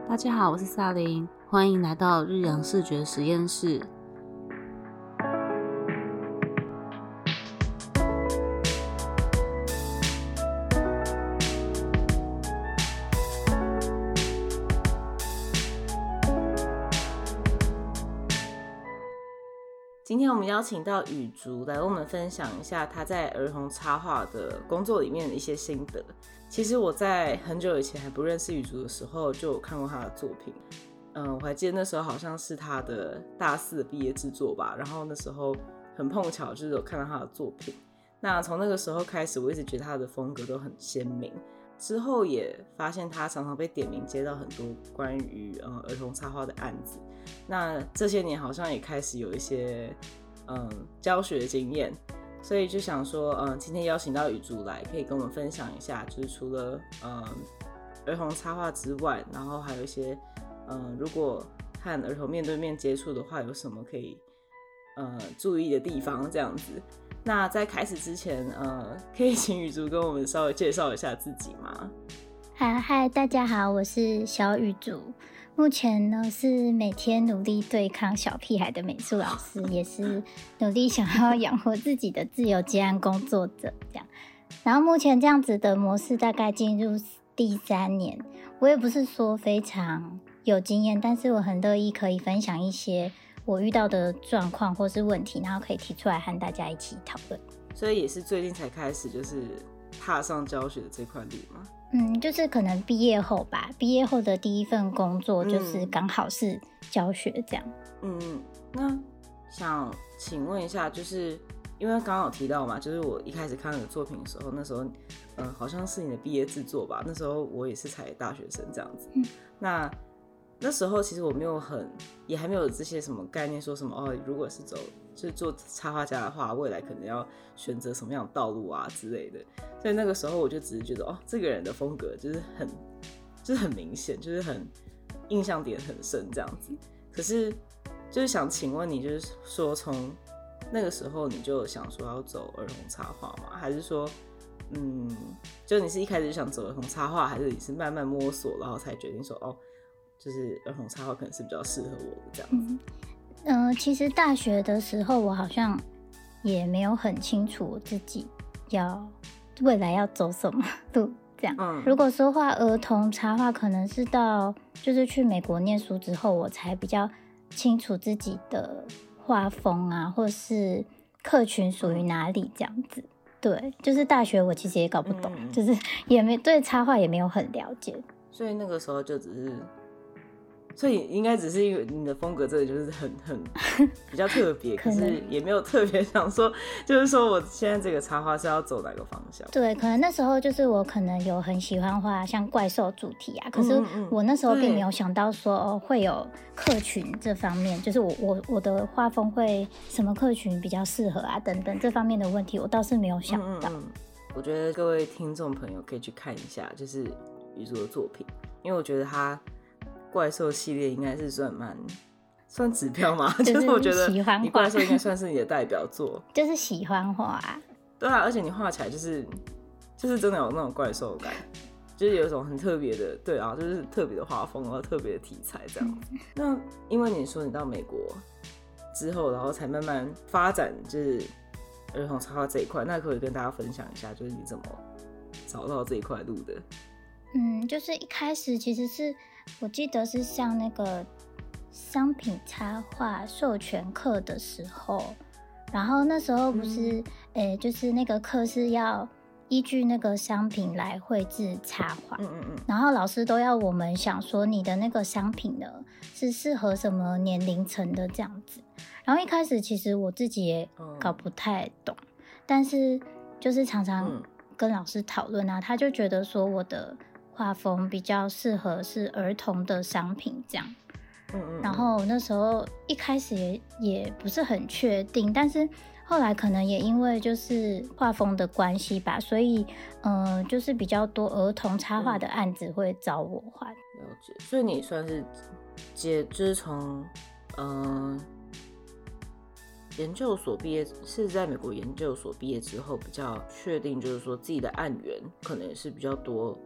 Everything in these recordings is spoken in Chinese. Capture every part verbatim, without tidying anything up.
大家好，我是萨琳，欢迎来到日阳视觉实验室。今天我们邀请到雨竹来跟我们分享一下他在儿童插画的工作里面的一些心得。其实我在很久以前还不认识雨竹的时候就有看过他的作品，嗯，我还记得那时候好像是他的大四的毕业制作吧，然后那时候很碰巧就是有看到他的作品。那从那个时候开始，我一直觉得他的风格都很鲜明。之后也发现他常常被点名接到很多关于、呃、儿童插画的案子。那这些年好像也开始有一些、嗯、教学经验，所以就想说、嗯、今天邀请到雨竹来，可以跟我们分享一下，就是除了、嗯、儿童插画之外，然后还有一些、嗯、如果和儿童面对面接触的话，有什么可以、呃、注意的地方这样子。那在开始之前，呃，可以请雨竹跟我们稍微介绍一下自己吗？ 嗨嗨，大家好，我是小雨竹。目前呢是每天努力对抗小屁孩的美术老师，也是努力想要养活自己的自由接案工作者这样。然后目前这样子的模式大概进入第三年，我也不是说非常有经验，但是我很乐意可以分享一些我遇到的状况或是问题，然后可以提出来和大家一起讨论。 所以也是最近才开始就是踏上教学的这块路吗？ 嗯，就是可能毕业后吧，毕业后的第一份工作就是刚好是教学这样。 嗯，那想请问一下，就是因为刚刚有提到嘛，就是我一开始看你的作品的时候，那时候嗯好像是你的毕业制作吧，那时候我也是才大学生这样子。嗯，那那时候其实我没有很，也还没有这些什么概念，说什么哦，如果是走就是做插画家的话，未来可能要选择什么样的道路啊之类的。所以那个时候我就只是觉得，哦，这个人的风格就是很，就是很明显，就是很印象点很深这样子。可是就是想请问你，就是说从那个时候你就想说要走儿童插画吗？还是说，嗯，就你是一开始就想走儿童插画，还是你是慢慢摸索，然后才决定说，哦，就是儿童插画可能是比较适合我的这样子？ 嗯、呃，其实大学的时候我好像也没有很清楚我自己要未来要走什么路这样。嗯，如果说画儿童插画，可能是到就是去美国念书之后，我才比较清楚自己的画风啊，或是客群属于哪里这样子。对，就是大学我其实也搞不懂，嗯、就是也没对插画也没有很了解， 所以那个时候就只是。所以应该只是因为你的风格真的就是很很比较特别，可是也没有特别想说，就是说我现在这个插画是要走哪个方向。 对，可能那时候就是我可能有很喜欢画像怪兽主题啊，可是我那时候并没有想到说、哦、会有客群这方面，就是我我我的画风会什么客群比较适合啊等等这方面的问题，我倒是没有想到。嗯嗯嗯， 我觉得各位听众朋友可以去看一下，就是雨竹的作品，因为我觉得他。怪兽系列应该是算蛮算指标嘛，就是我觉得你怪兽应该算是你的代表作， 就是喜欢画、啊。对啊，而且你画起来就是就是真的有那种怪兽感，就是有一种很特别的，对啊，就是特别的画风，然后特别的题材这样。嗯、那因为你说你到美国之后，然后才慢慢发展就是儿童插画这一块，那可不可以跟大家分享一下，就是你怎么找到这一块路的？ 嗯，就是一开始其实是我记得是上那个商品插画授权课的时候，然后那时候不是，嗯欸、就是那个课是要依据那个商品来绘制插画，嗯嗯嗯，然后老师都要我们想说你的那个商品呢是适合什么年龄层的这样子，然后一开始其实我自己也搞不太懂，嗯、但是就是常常跟老师讨论啊，他就觉得说我的画风比较适合是儿童的商品这样，嗯嗯嗯，然后那时候一开始也也不是很确定，但是后来可能也因为就是画风的关系吧，所以嗯、呃，就是比较多儿童插画的案子会找我画。了解，所以你算是接就是从嗯、呃、研究所毕业，是在美国研究所毕业之后比较确定，就是说自己的案源可能也是比较多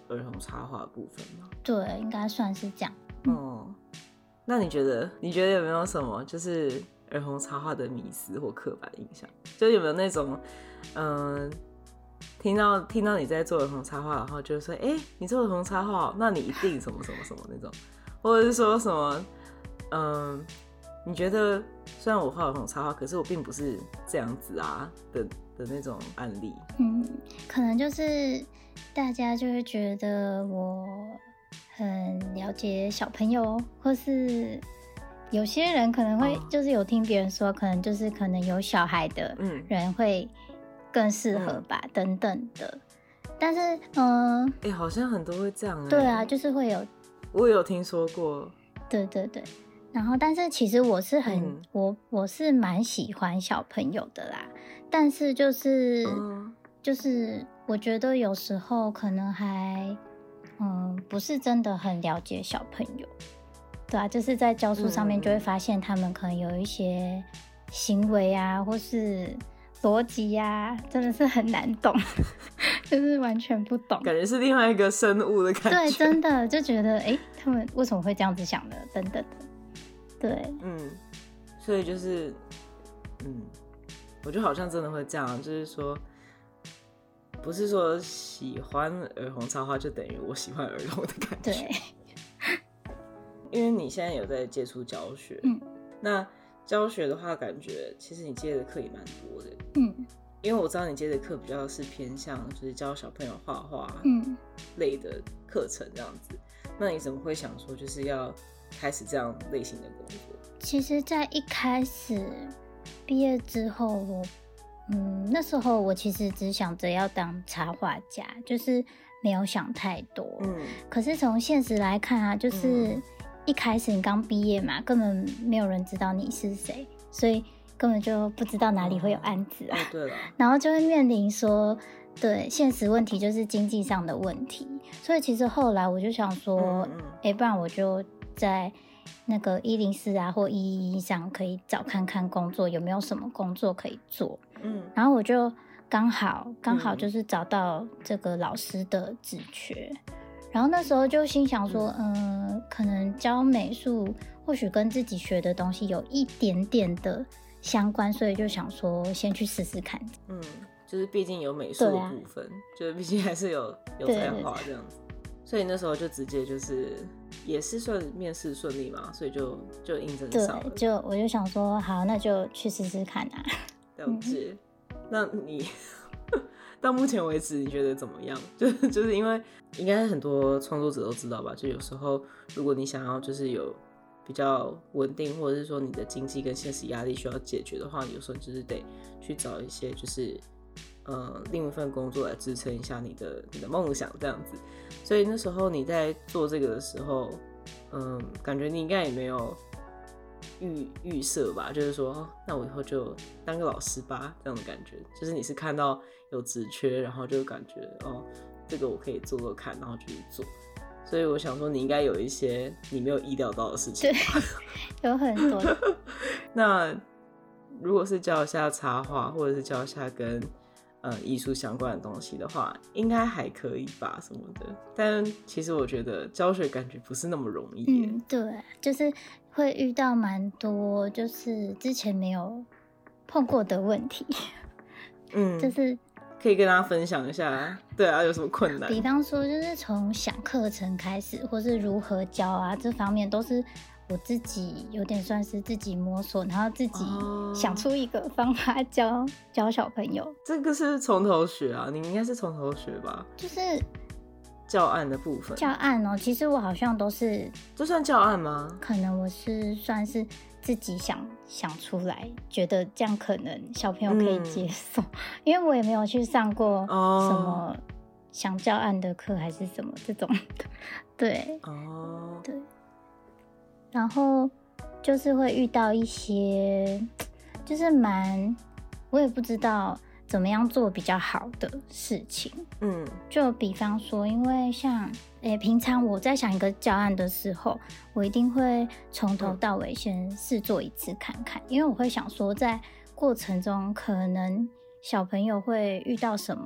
儿童插画的部分吗？ 对，应该算是这样。 哦、嗯，那你觉得你觉得有没有什么就是儿童插画的迷思或刻板印象？就有没有那种嗯？听到听到你在做儿童插画，然后就说：“哎、欸，你做儿童插画，那你一定什么什么什么那种，或者是说什么，嗯，你觉得虽然我画儿童插画，可是我并不是这样子啊的的那种案例。” 嗯，可能就是大家就会觉得我很了解小朋友，或是有些人可能会就是有听别人说，可能就是可能有小孩的人会更适合吧、嗯、等等的，但是嗯，哎、 欸，好像很多会这样、欸。 对啊，就是会有， 我有听说过。 对对对，然后但是其实我是很、嗯、我我是蛮喜欢小朋友的啦，但是就是、嗯、就是我觉得有时候可能还嗯不是真的很了解小朋友，对啊，就是在教书上面就会发现他们可能有一些行为啊，或是逻辑呀，真的是很难懂，就是完全不懂， 感觉是另外一个生物的感觉。 对，真的就觉得，哎、欸，他们为什么会这样子想的，等等的。对， 嗯，所以就是，嗯，我觉得好像真的会这样，就是说，不是说喜欢儿童插画就等于我喜欢儿童的感觉。 对， 因为你现在有在接触教学，嗯，那。教学的话，感觉其实你接的课也蛮多的，嗯，因为我知道你接的课比较是偏向就是教小朋友画画类的课程这样子、嗯，那你怎么会想说就是要开始这样类型的工作？ 其实，在一开始毕业之后，我嗯那时候我其实只想着要当插画家，就是没有想太多，嗯，可是从现实来看啊，就是。嗯一开始你刚毕业嘛，根本没有人知道你是谁，所以根本就不知道哪里会有案子啊。 哦、对了， 然后就会面临说，对，现实问题就是经济上的问题。所以其实后来我就想说，哎、嗯嗯欸，不然我就在那个一零四啊或一一一上可以找看看工作，有没有什么工作可以做。嗯，然后我就刚好刚好就是找到这个老师的职缺。然后那时候就心想说，嗯、呃，可能教美术或许跟自己学的东西有一点点的相关，所以就想说先去试试看。 嗯，就是毕竟有美术的部分，啊、就是毕竟还是有有才华这样子，所以那时候就直接就是也是算面试顺利嘛，所以就就应征上了。 对，就我就想说，好，那就去试试看啊。 了解，嗯、那你。到目前为止你觉得怎么样？就就是因为应该很多创作者都知道吧，就有时候如果你想要就是有比较稳定，或者是说你的经济跟现实压力需要解决的话，你有时候就是得去找一些就是呃另一份工作来支撑一下你的你的梦想这样子。所以那时候你在做这个的时候，嗯，感觉你应该也没有预预设吧，就是说、哦，那我以后就当个老师吧，这样的感觉。就是你是看到有职缺，然后就感觉哦，这个我可以做做看，然后就去做。所以我想说，你应该有一些你没有意料到的事情。 对，有很多。 那如果是教一下插画，或者是教一下跟呃艺术相关的东西的话，应该还可以吧，什么的。但其实我觉得教学感觉不是那么容易耶。 嗯，对，就是会遇到蛮多就是之前没有碰过的问题。嗯，就是可以跟大家分享一下，对啊，有什么困难？ 比方说，就是从想课程开始，或是如何教啊，这方面都是我自己有点算是自己摸索，然后自己想出一个方法教教小朋友。 这个是从头学啊，你应该是从头学吧？ 就是教案的部分。 教案哦，其实我好像都是， 这算教案吗？ 可能我是算是自己想想出来，觉得这样可能小朋友可以接受，嗯、因为我也没有去上过什么想教案的课，还是什么这种的。对，哦，对。然后就是会遇到一些，就是蛮，我也不知道怎么样做比较好的事情。嗯，就比方说，因为像，诶，平常我在想一个教案的时候，我一定会从头到尾先试做一次看看，因为我会想说，在过程中可能小朋友会遇到什么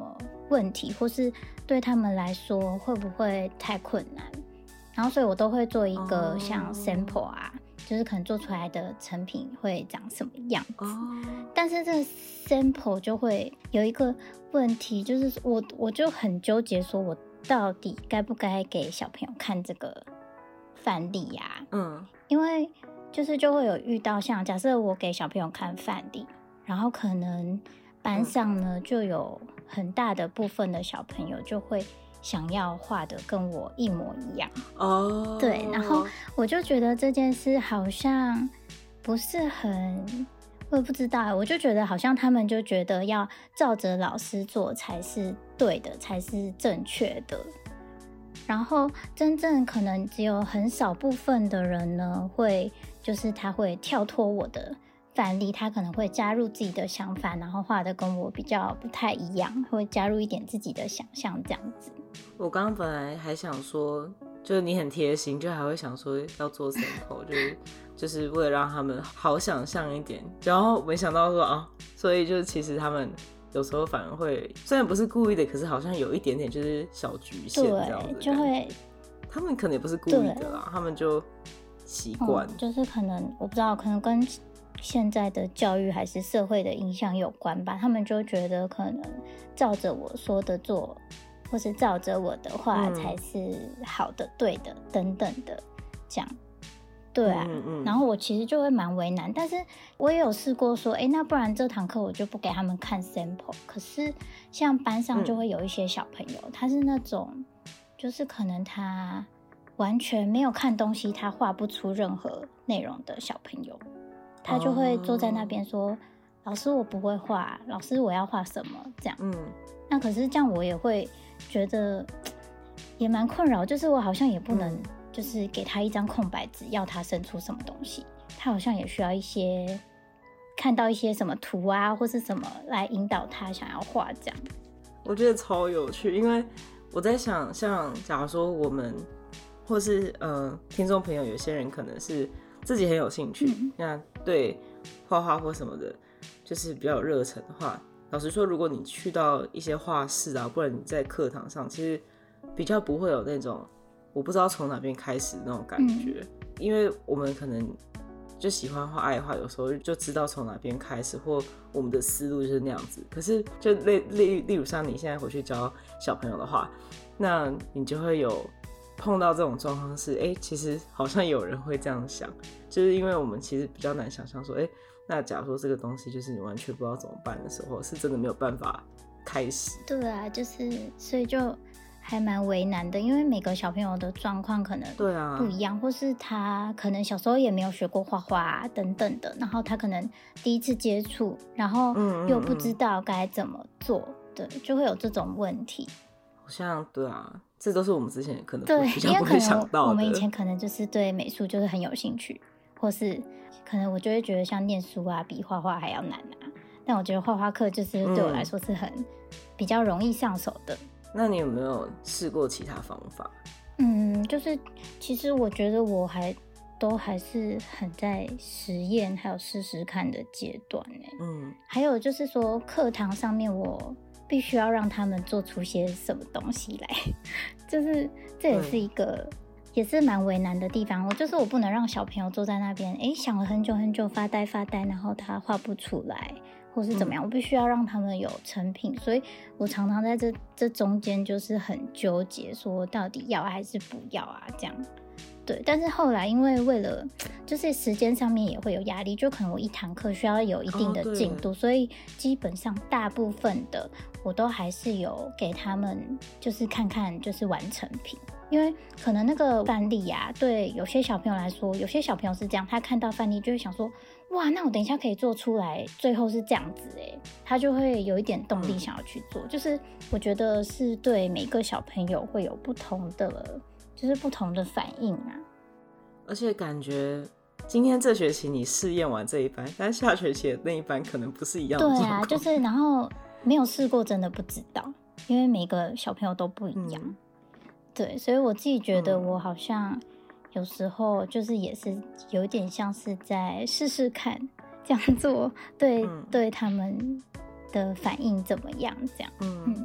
问题，或是对他们来说会不会太困难。然后所以我都会做一个像 sample 啊， oh. 就是可能做出来的成品会长什么样子。oh. 但是这个 sample 就会有一个问题，就是我我就很纠结，说我到底该不该给小朋友看这个范例呀？嗯，因为就是就会有遇到像假设我给小朋友看范例，然后可能班上呢、嗯、就有很大的部分的小朋友就会想要画的跟我一模一样哦，对，然后我就觉得这件事好像不是很，我也不知道，我就觉得好像他们就觉得要照着老师做才是对的，才是正确的，然后真正可能只有很少部分的人呢，会就是他会跳脱我的范例，他可能会加入自己的想法，然后画的跟我比较不太一样，会加入一点自己的想象这样子。 我刚刚本来还想说，就是你很贴心，就还会想说要做 sample， 就是就是为了让他们好想象一点，然后没想到说啊，所以就是其实他们有时候反而会，虽然不是故意的，可是好像有一点点就是小局限这样子， 就会他们可能也不是故意的啦，他们就习惯、 嗯，就是可能我不知道，可能跟现在的教育还是社会的影响有关吧，他们就觉得可能照着我说的做，或是照着我的话才是好的、嗯、对的等等的这样，对啊、嗯嗯、然后我其实就会蛮为难，但是我也有试过说，哎，那不然这堂课我就不给他们看 sample， 可是像班上就会有一些小朋友、嗯、他是那种就是可能他完全没有看东西，他画不出任何内容的小朋友，他就会坐在那边说、哦、老师我不会画，老师我要画什么这样。嗯，那可是这样我也会觉得也蛮困扰，就是我好像也不能就是给他一张空白纸要他生出什么东西，他好像也需要一些看到一些什么图啊或是什么来引导他想要画这样。 我觉得超有趣，因为我在想像假如说我们或是呃听众朋友有些人可能是自己很有兴趣、嗯、那对画画或什么的就是比较有热忱的话，老实说如果你去到一些画室啊，不然你在课堂上其实比较不会有那种我不知道从哪边开始那种感觉、嗯、因为我们可能就喜欢画爱画，有时候就知道从哪边开始，或我们的思路就是那样子，可是就 例, 例, 例如像你现在回去教小朋友的话，那你就会有碰到这种状况是，哎、欸，其实好像有人会这样想，就是因为我们其实比较难想象说，哎、欸，那假如说这个东西就是你完全不知道怎么办的时候，是真的没有办法开始。 对啊，就是所以就还蛮为难的，因为每个小朋友的状况可能不一样，对啊，或是他可能小时候也没有学过画画、啊、等等的，然后他可能第一次接触，然后又不知道该怎么做，嗯嗯嗯，对，就会有这种问题。 好像对啊，这都是我们之前可能比较不会想到的。 我们以前可能就是对美术就是很有兴趣，或是可能我就会觉得像念书啊比画画还要难啊，但我觉得画画课就是对我来说是很、嗯、比较容易上手的。 那你有没有试过其他方法？ 嗯，就是其实我觉得我还都还是很在实验还有试试看的阶段耶。嗯，还有就是说课堂上面我必须要让他们做出些什么东西来，就是这也是一个也是蛮为难的地方。我就是我不能让小朋友坐在那边，哎，想了很久很久发呆发呆，然后他画不出来或是怎么样、嗯、我必须要让他们有成品，所以我常常在这这中间就是很纠结，说到底要还是不要啊这样。对，但是后来因为为了就是时间上面也会有压力，就可能我一堂课需要有一定的进度、哦、所以基本上大部分的我都还是有给他们就是看看就是完成品，因为可能那个范例啊对有些小朋友来说，有些小朋友是这样，他看到范例就会想说哇那我等一下可以做出来最后是这样子耶，他就会有一点动力想要去做、嗯、就是我觉得是对每个小朋友会有不同的就是不同的反应啊。 而且感觉今天这学期你试验完这一班，但下学期的那一班可能不是一样的状况。 对啊，就是然后没有试过真的不知道，因为每个小朋友都不一样、嗯、对，所以我自己觉得我好像有时候就是也是有点像是在试试看这样做对、嗯、对他们的反应怎么样这样。嗯, 嗯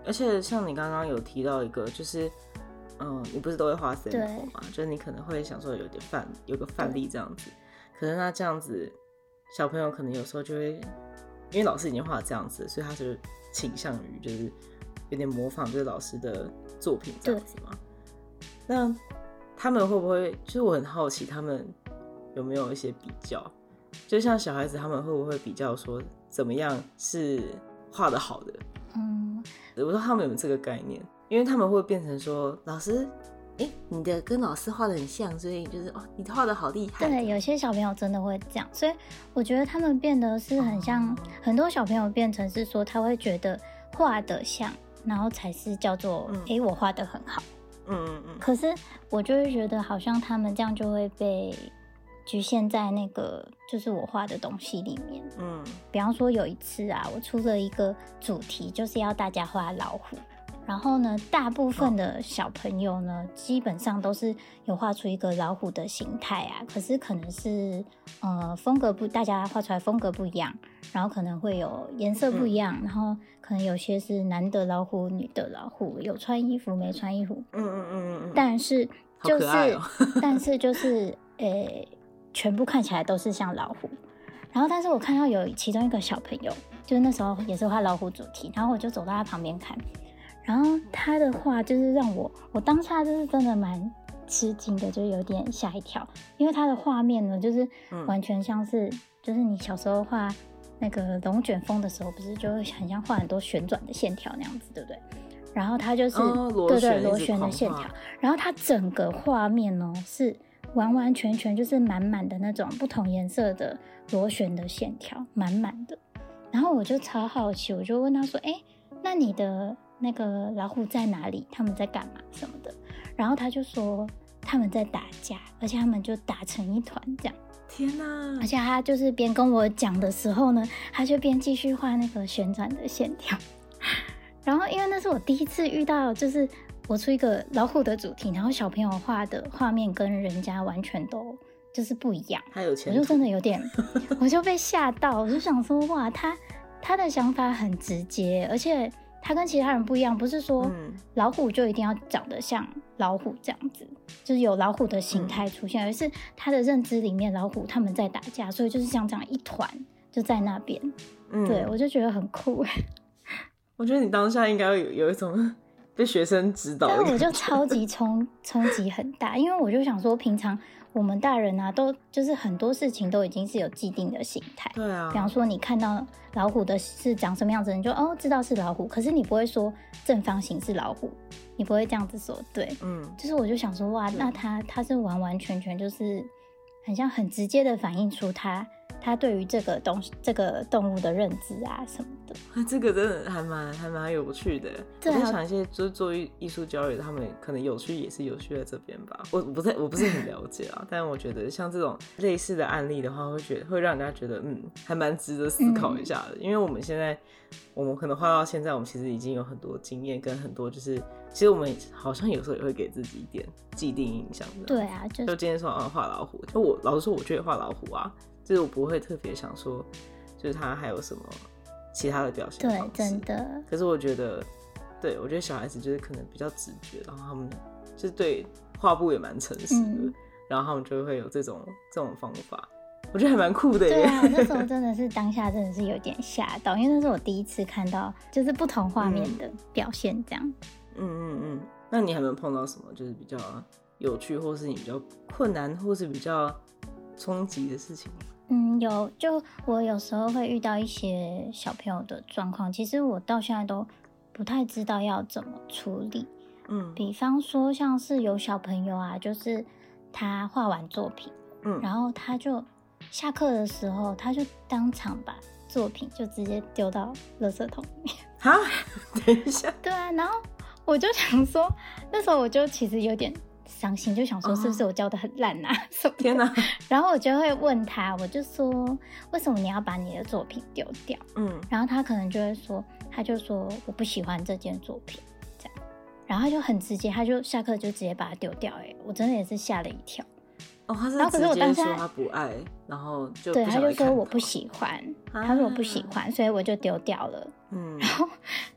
而且像你刚刚有提到一个，就是嗯，你不是都会画 sample 吗？就是你可能会想说有点范，有个范例这样子。可是那这样子，小朋友可能有时候就会，因为老师已经画这样子，所以他就倾向于就是有点模仿就是老师的作品这样子嘛。那他们会不会？就是我很好奇，他们有没有一些比较？就像小孩子，他们会不会比较说怎么样是画得好的？嗯，我说他们有没有这个概念？因为他们会变成说，老师，哎、欸，你的跟老师画的很像，所以就是哦，你画的好厉害。 对，有些小朋友真的会这样，所以我觉得他们变得是很像，哦、很多小朋友变成是说，他会觉得画得像，然后才是叫做哎、嗯欸，我画得很好。嗯嗯嗯。可是我就会觉得，好像他们这样就会被局限在那个就是我画的东西里面。嗯，比方说有一次啊，我出了一个主题，就是要大家画老虎。然后呢，大部分的小朋友呢，基本上都是有画出一个老虎的形态啊。可是可能是呃风格不，大家画出来风格不一样，然后可能会有颜色不一样，嗯、然后可能有些是男的老虎、女的老虎，有穿衣服没穿衣服。嗯嗯嗯嗯。但是就是，哦、但是就是呃，全部看起来都是像老虎。然后，但是我看到有其中一个小朋友，就是那时候也是画老虎主题，然后我就走到他旁边看。然后他的画就是让我，我当下就是真的蛮吃惊的，就有点吓一跳，因为他的画面呢，就是完全像是，嗯、就是你小时候画那个龙卷风的时候，不是就会很像画很多旋转的线条那样子，对不对？然后他就是、哦、对对螺旋的线条，然后他整个画面呢是完完全全就是满满的那种不同颜色的螺旋的线条，满满的。然后我就超好奇，我就问他说：“哎，那你的那个老虎在哪里？他们在干嘛什么的？”然后他就说他们在打架，而且他们就打成一团这样。 天哪！ 而且他就是边跟我讲的时候呢，他就边继续画那个旋转的线条。然后因为那是我第一次遇到，就是我出一个老虎的主题，然后小朋友画的画面跟人家完全都就是不一样。 他有前途， 我就真的有点，我就被吓到，我就想说哇，他他的想法很直接，而且他跟其他人不一样，不是说老虎就一定要长得像老虎这样子，就是有老虎的形态出现，嗯、而是他的认知里面老虎他们在打架，所以就是像这样一团就在那边。嗯，对，我就觉得很酷。 我觉得你当下应该有有一种被学生指导的感觉， 但我就超级冲冲击很大，因为我就想说，平常我们大人啊，都就是很多事情都已经是有既定的形态。 对啊， 比方说你看到老虎的是长什么样子，你就哦知道是老虎，可是你不会说正方形是老虎，你不会这样子说。对，嗯，就是我就想说哇，那他他是完完全全就是很像很直接的反映出他他对于这个东西这个动物的认知啊什么的。 这个真的还蛮还蛮有趣的。对啊，我在想一些就是做艺术教育的，他们可能有趣也是有趣在这边吧。我不太我不是很了解啊，但我觉得像这种类似的案例的话，会觉得会让人家觉得嗯还蛮值得思考一下的。嗯、因为我们现在我们可能画到现在，我们其实已经有很多经验跟很多就是，其实我们好像有时候也会给自己一点既定印象。 对啊，就就今天说啊画老虎，就我老实说，我觉得画老虎啊。就是我不会特别想说，就是他还有什么其他的表现方式。 对，真的。 可是我觉得，对我觉得小孩子就是可能比较直觉，然后他们就是对画布也蛮诚实的，嗯、然后他们就会有这种这种方法，我觉得还蛮酷的耶。 对啊，那时候真的是当下真的是有点吓到，因为那是我第一次看到就是不同画面的表现这样。 嗯嗯嗯，那你还没有碰到什么就是比较有趣，或是你比较困难，或是比较冲击的事情？ 嗯，有，就我有时候会遇到一些小朋友的状况，其实我到现在都不太知道要怎么处理。嗯，比方说像是有小朋友啊，就是他画完作品，嗯，然后他就下课的时候，他就当场把作品就直接丢到垃圾桶里面。 哈，等一下。 对啊，然后我就想说，那时候我就其实有点伤心，就想说是不是我教的很烂啊、哦、什么的。 天哪！ 然后我就会问他，我就说为什么你要把你的作品丢掉？嗯，然后他可能就会说，他就说我不喜欢这件作品，这样，然后他就很直接，他就下课就直接把它丢掉。哎，我真的也是吓了一跳。 哦，他是直接说他不爱，然后就对，他就说我不喜欢，啊、他说我不喜欢，所以我就丢掉了。嗯，然后但是当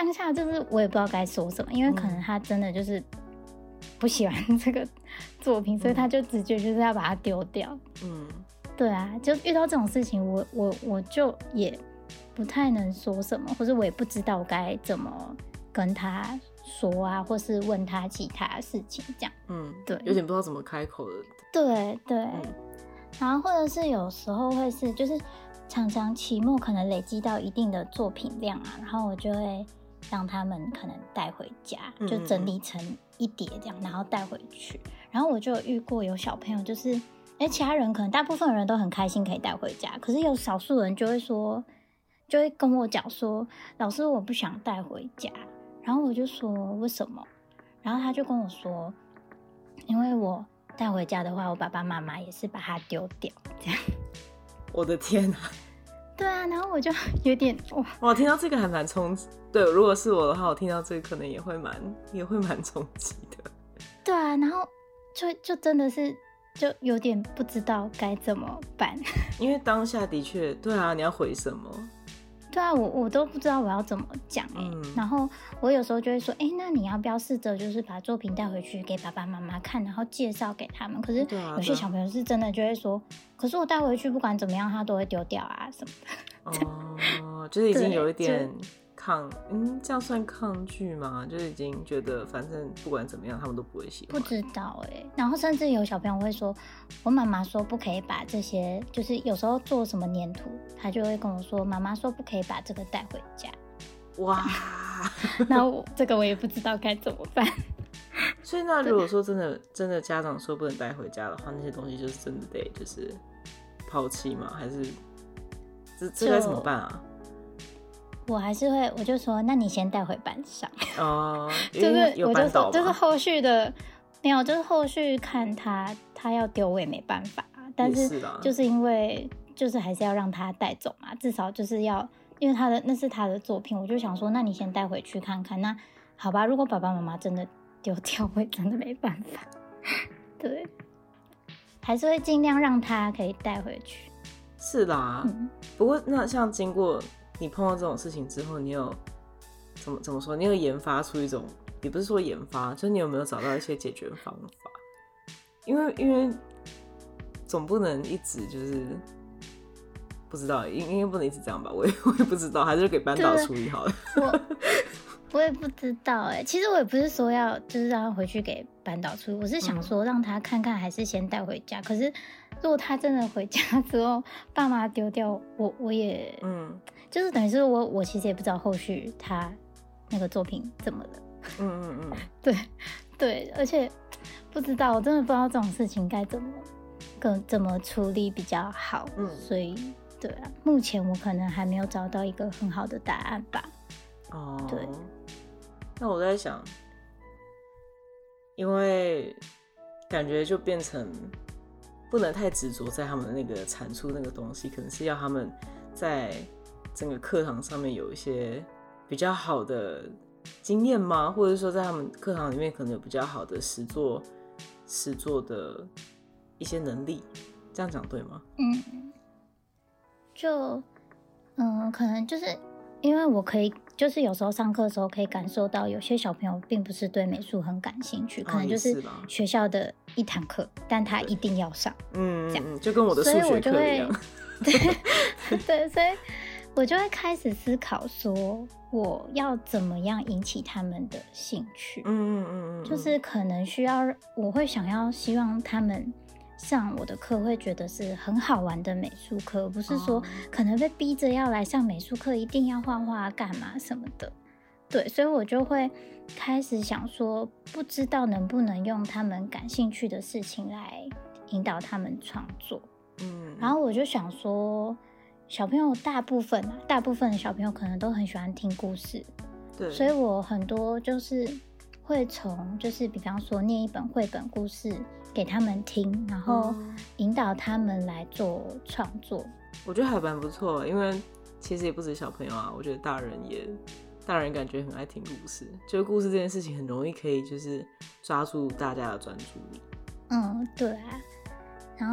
当下就是我也不知道该说什么，因为可能他真的就是不喜欢这个作品，嗯、所以他就直接就是要把它丢掉。嗯，对啊，就遇到这种事情，我我我就也不太能说什么，或者我也不知道该怎么跟他说啊，或是问他其他事情这样。嗯，对， 有点不知道怎么开口的。 对对、嗯，然后或者是有时候会是就是常常期末可能累积到一定的作品量啊，然后我就会让他们可能带回家，就整理成一叠这样，然后带回去。然后我就有遇过有小朋友就是，哎，其他人可能大部分人都很开心可以带回家，可是有少数人就会说，就会跟我讲说，老师我不想带回家。然后我就说为什么？然后他就跟我说，因为我带回家的话，我爸爸妈妈也是把它丢掉这样。 我的天啊！ 对啊，然后我就有点哇， 哇，听到这个还蛮冲击。对，如果是我的话，我听到这个可能也会蛮也会蛮冲击的。 对啊，然后就就真的是就有点不知道该怎么办， 因为当下的确，对啊，你要回什么？ 对啊，我我都不知道我要怎么讲哎、欸嗯。然后我有时候就会说，哎、欸，那你要不要试着就是把作品带回去给爸爸妈妈看，然后介绍给他们？可是有些小朋友是真的就会说，可是我带回去不管怎么样，他都会丢掉啊什么的。 哦，就是已经有一点抗，嗯，这样算抗拒吗？就是已经觉得反正不管怎么样，他们都不会喜欢。 不知道哎、欸，然后甚至有小朋友会说，我妈妈说不可以把这些，就是有时候做什么粘土，他就会跟我说，妈妈说不可以把这个带回家。 哇， 那我这个我也不知道该怎么办。 所以那如果说真的真的家长说不能带回家的话，那些东西就是真的得就是抛弃吗？还是这这该怎么办啊？ 我还是会，我就说，那你先带回班上哦， 就是有班导吗？ 就是后续的没有，就是后续看他他要丢我也没办法，但是就是因为就是还是要让他带走嘛，至少就是要因为他的那是他的作品，我就想说，那你先带回去看看。那好吧，如果爸爸妈妈真的丢掉，我也真的没办法。对，还是会尽量让他可以带回去。 是啦，嗯、不过那像经过你碰到这种事情之后，你有怎么怎么说？你有研发出一种，也不是说研发，就是你有没有找到一些解决方法？因为因为总不能一直就是不知道，应该不能一直这样吧？我也我也不知道，还是给班导处理好了。 我我也不知道哎、欸，其实我也不是说要就是让他回去给班导处理，我是想说让他看看，还是先带回家。嗯、可是如果他真的回家之后，爸妈丢掉，我我也嗯。就是等于是我，我其实也不知道后续他那个作品怎么了。嗯嗯嗯，对对，而且不知道，我真的不知道这种事情该怎么跟怎么处理比较好。嗯，所以对啊，目前我可能还没有找到一个很好的答案吧。 哦，对。那我在想，因为感觉就变成不能太执着在他们的那个产出那个东西，可能是要他们在整个课堂上面有一些比较好的经验吗？或者说在他们课堂里面可能有比较好的实作实作的一些能力，这样讲对吗？ 嗯，就嗯，可能就是因为我可以，就是有时候上课的时候可以感受到，有些小朋友并不是对美术很感兴趣，可能就是学校的一堂课，但他一定要上，嗯，这样就跟我的数学课一样。 对对，所以我就会开始思考说，我要怎么样引起他们的兴趣？嗯嗯嗯嗯，就是可能需要，我会想要希望他们上我的课会觉得是很好玩的美术课，不是说可能被逼着要来上美术课，一定要画画干嘛什么的。对，所以我就会开始想说，不知道能不能用他们感兴趣的事情来引导他们创作。嗯，然后我就想说，小朋友大部分啊，大部分的小朋友可能都很喜欢听故事，对，所以我很多就是会从就是比方说念一本绘本故事给他们听，然后引导他们来做创作。 我觉得还蛮不错，因为其实也不止小朋友啊，我觉得大人也大人感觉很爱听故事，就是故事这件事情很容易可以就是抓住大家的专注力。 嗯，对啊，然后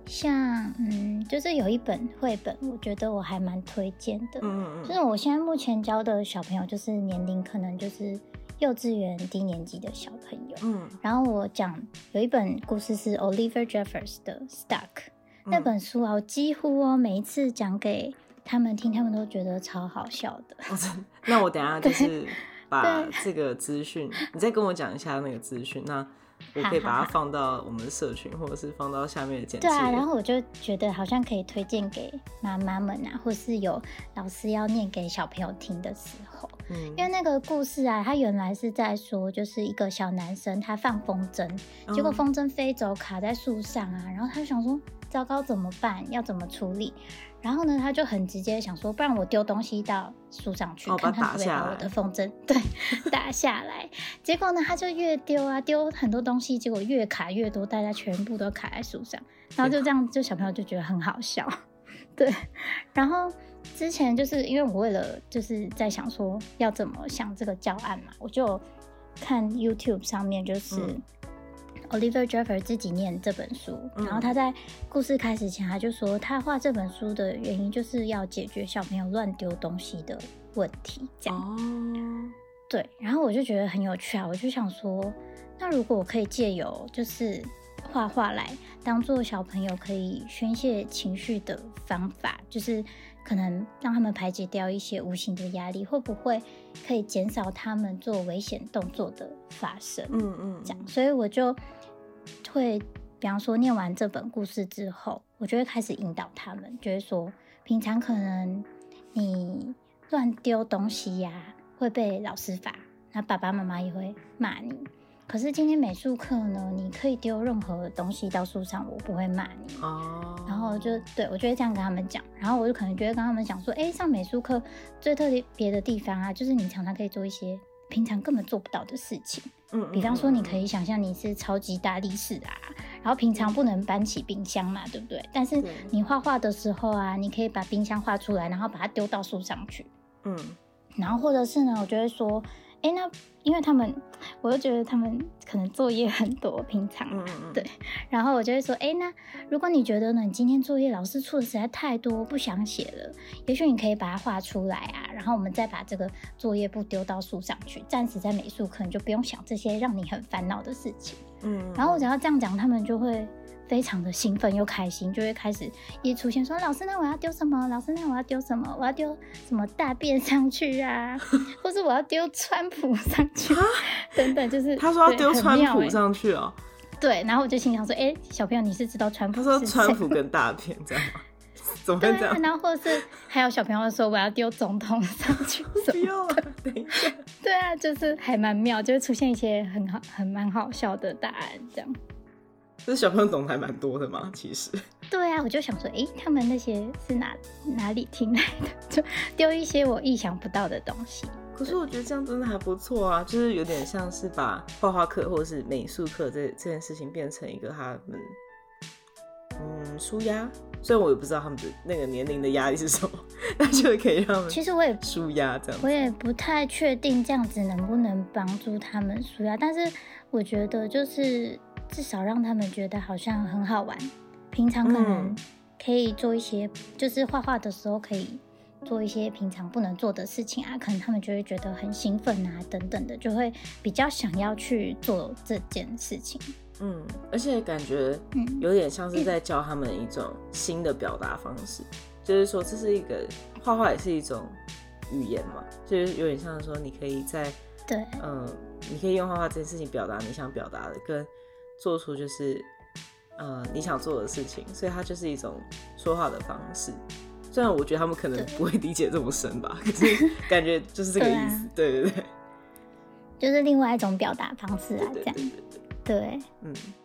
像嗯，就是有一本绘本，我觉得我还蛮推荐的。嗯嗯，就是我现在目前教的小朋友，就是年龄可能就是幼稚园低年级的小朋友。嗯，然后我讲有一本故事是 Oliver Jeffers 的 Stuck、嗯、那本书啊，我几乎哦每一次讲给他们听，他们都觉得超好笑的。 哦、那我等一下就是把这个资讯，你再跟我讲一下那个资讯，那我可以把它放到我们的社群，或者是放到下面的简介。 对啊，然后我就觉得好像可以推荐给妈妈们啊，或是有老师要念给小朋友听的时候。嗯，因为那个故事啊，他原来是在说，就是一个小男生他放风筝，嗯、结果风筝飞走卡在树上啊，然后他就想说糟糕怎么办，要怎么处理？然后呢，他就很直接想说，不然我丢东西到树上去， 哦、 看他会不会把我的风筝对打下来。结果呢，他就越丢啊，丢很多东西，结果越卡越多，大家全部都卡在树上。然后就这样，就小朋友就觉得很好笑。对，然后之前就是因为我为了就是在想说要怎么想这个教案嘛，我就看 YouTube 上面就是。嗯Oliver Jeffers 自己念这本书、嗯、然后他在故事开始前他就说他画这本书的原因就是要解决小朋友乱丢东西的问题这样、哦、对，然后我就觉得很有趣啊，我就想说那如果我可以借由就是画画来当做小朋友可以宣泄情绪的方法，就是可能让他们排解掉一些无形的压力，会不会可以减少他们做危险动作的发生？嗯嗯，这样，所以我就会，比方说念完这本故事之后，我就会开始引导他们，就是说，平常可能你乱丢东西呀、啊，会被老师罚，那爸爸妈妈也会骂你。可是今天美术课呢，你可以丢任何东西到树上，我不会骂你。哦。然后就对我就会这样跟他们讲，然后我就可能就会跟他们讲说，哎，上美术课最特别的地方啊，就是你常常可以做一些平常根本做不到的事情。嗯。比方说，你可以想象你是超级大力士啊，然后平常不能搬起冰箱嘛，对不对？但是你画画的时候啊，你可以把冰箱画出来，然后把它丢到树上去。嗯。然后或者是呢，我就会说。哎，那因为他们，我就觉得他们可能作业很多，平常、啊嗯、对，然后我就会说，哎，那如果你觉得呢，你今天作业老师出的实在太多，不想写了，也许你可以把它画出来啊，然后我们再把这个作业簿丢到树上去，暂时在美术课你就不用想这些让你很烦恼的事情。嗯，然后我只要这样讲，他们就会非常的兴奋又开心，就会开始一出现说老师那我要丢什么，老师那我要丢什么，我要丢什么大便上去啊，或是我要丢川普上去等等，就是他说要丢川普上去哦。 对，然后我就心想说，哎、欸，小朋友你是知道川普是谁？ 他说川普跟大便这样吗？怎么会这样？ 对啊，然后或者是还有小朋友说我要丢总统上去什么的，不要啊，等一下。对啊，就是还蛮妙，就会出现一些很好、很蛮好笑的答案这样。 这小朋友懂得还蛮多的嘛，其实。 对啊，我就想说，哎，他们那些是哪哪里听来的？就丢一些我意想不到的东西。 可是我觉得这样真的还不错啊，就是有点像是把画画课或者是美术课这这件事情变成一个他们嗯抒压，虽然我也不知道他们的那个年龄的压力是什么，但就可以让他们其实我也抒压这样。 我也不太确定这样子能不能帮助他们抒压，但是我觉得就是至少让他们觉得好像很好玩，平常可能可以做一些，嗯、就是画画的时候可以做一些平常不能做的事情啊，可能他们就会觉得很兴奋啊，等等的，就会比较想要去做这件事情。 嗯，而且感觉有点像是在教他们一种新的表达方式，嗯、就是说这是一个画画也是一种语言嘛，就是有点像说你可以在对， 嗯，你可以用画画这件事情表达你想表达的，跟做出就是呃你想做的事情，所以它就是一种说话的方式。虽然我觉得他们可能不会理解这么深吧，可是感觉就是这个意思。对, 啊、对对对， 就是另外一种表达方式啊， 这样。 对， 嗯，